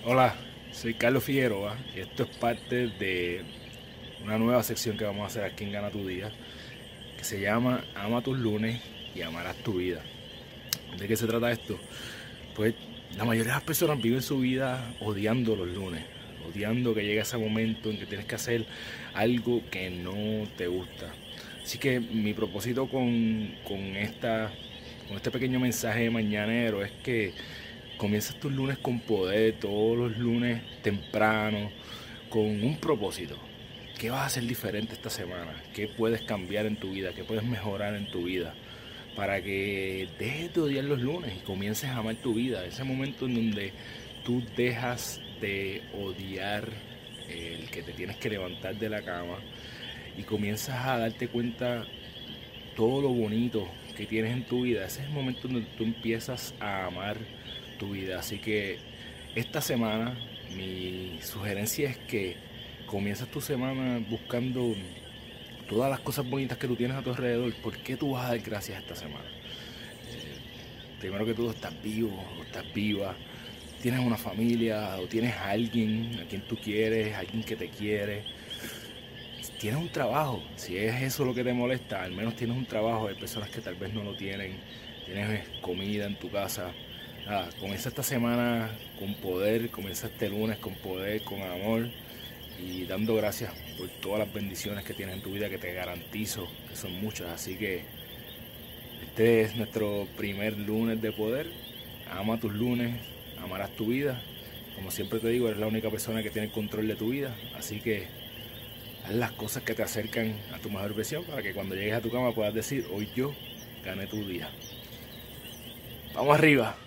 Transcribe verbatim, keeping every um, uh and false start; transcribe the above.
Hola, soy Carlos Figueroa y esto es parte de una nueva sección que vamos a hacer aquí en Gana Tu Día, que se llama Ama tus lunes y amarás tu vida. ¿De qué se trata esto? Pues la mayoría de las personas viven su vida odiando los lunes, odiando que llegue ese momento en que tienes que hacer algo que no te gusta. Así que mi propósito con, con, esta, con este pequeño mensaje mañanero es que comienzas tus lunes con poder, todos los lunes temprano, con un propósito. ¿Qué vas a hacer diferente esta semana? ¿Qué puedes cambiar en tu vida? ¿Qué puedes mejorar en tu vida? Para que dejes de odiar los lunes y comiences a amar tu vida. Ese momento en donde tú dejas de odiar el que te tienes que levantar de la cama y comienzas a darte cuenta todo lo bonito que tienes en tu vida. Ese es el momento donde tú empiezas a amar tu vida. Así que esta semana mi sugerencia es que comiences tu semana buscando todas las cosas bonitas que tú tienes a tu alrededor. ¿Por qué tú vas a dar gracias esta semana? Primero que todo, estás vivo o estás viva. Tienes una familia o tienes a alguien a quien tú quieres, alguien que te quiere. Tienes un trabajo, si es eso lo que te molesta, al menos tienes un trabajo. Hay personas que tal vez no lo tienen. Tienes comida en tu casa. Nada, comienza esta semana con poder, comienza este lunes con poder, con amor y dando gracias por todas las bendiciones que tienes en tu vida, que te garantizo que son muchas. Así que este es nuestro primer lunes de poder. Ama tus lunes, amarás tu vida. Como siempre te digo, eres la única persona que tiene el control de tu vida. Así que haz las cosas que te acercan a tu mejor versión para que cuando llegues a tu cama puedas decir, hoy yo gané tu día. Vamos arriba.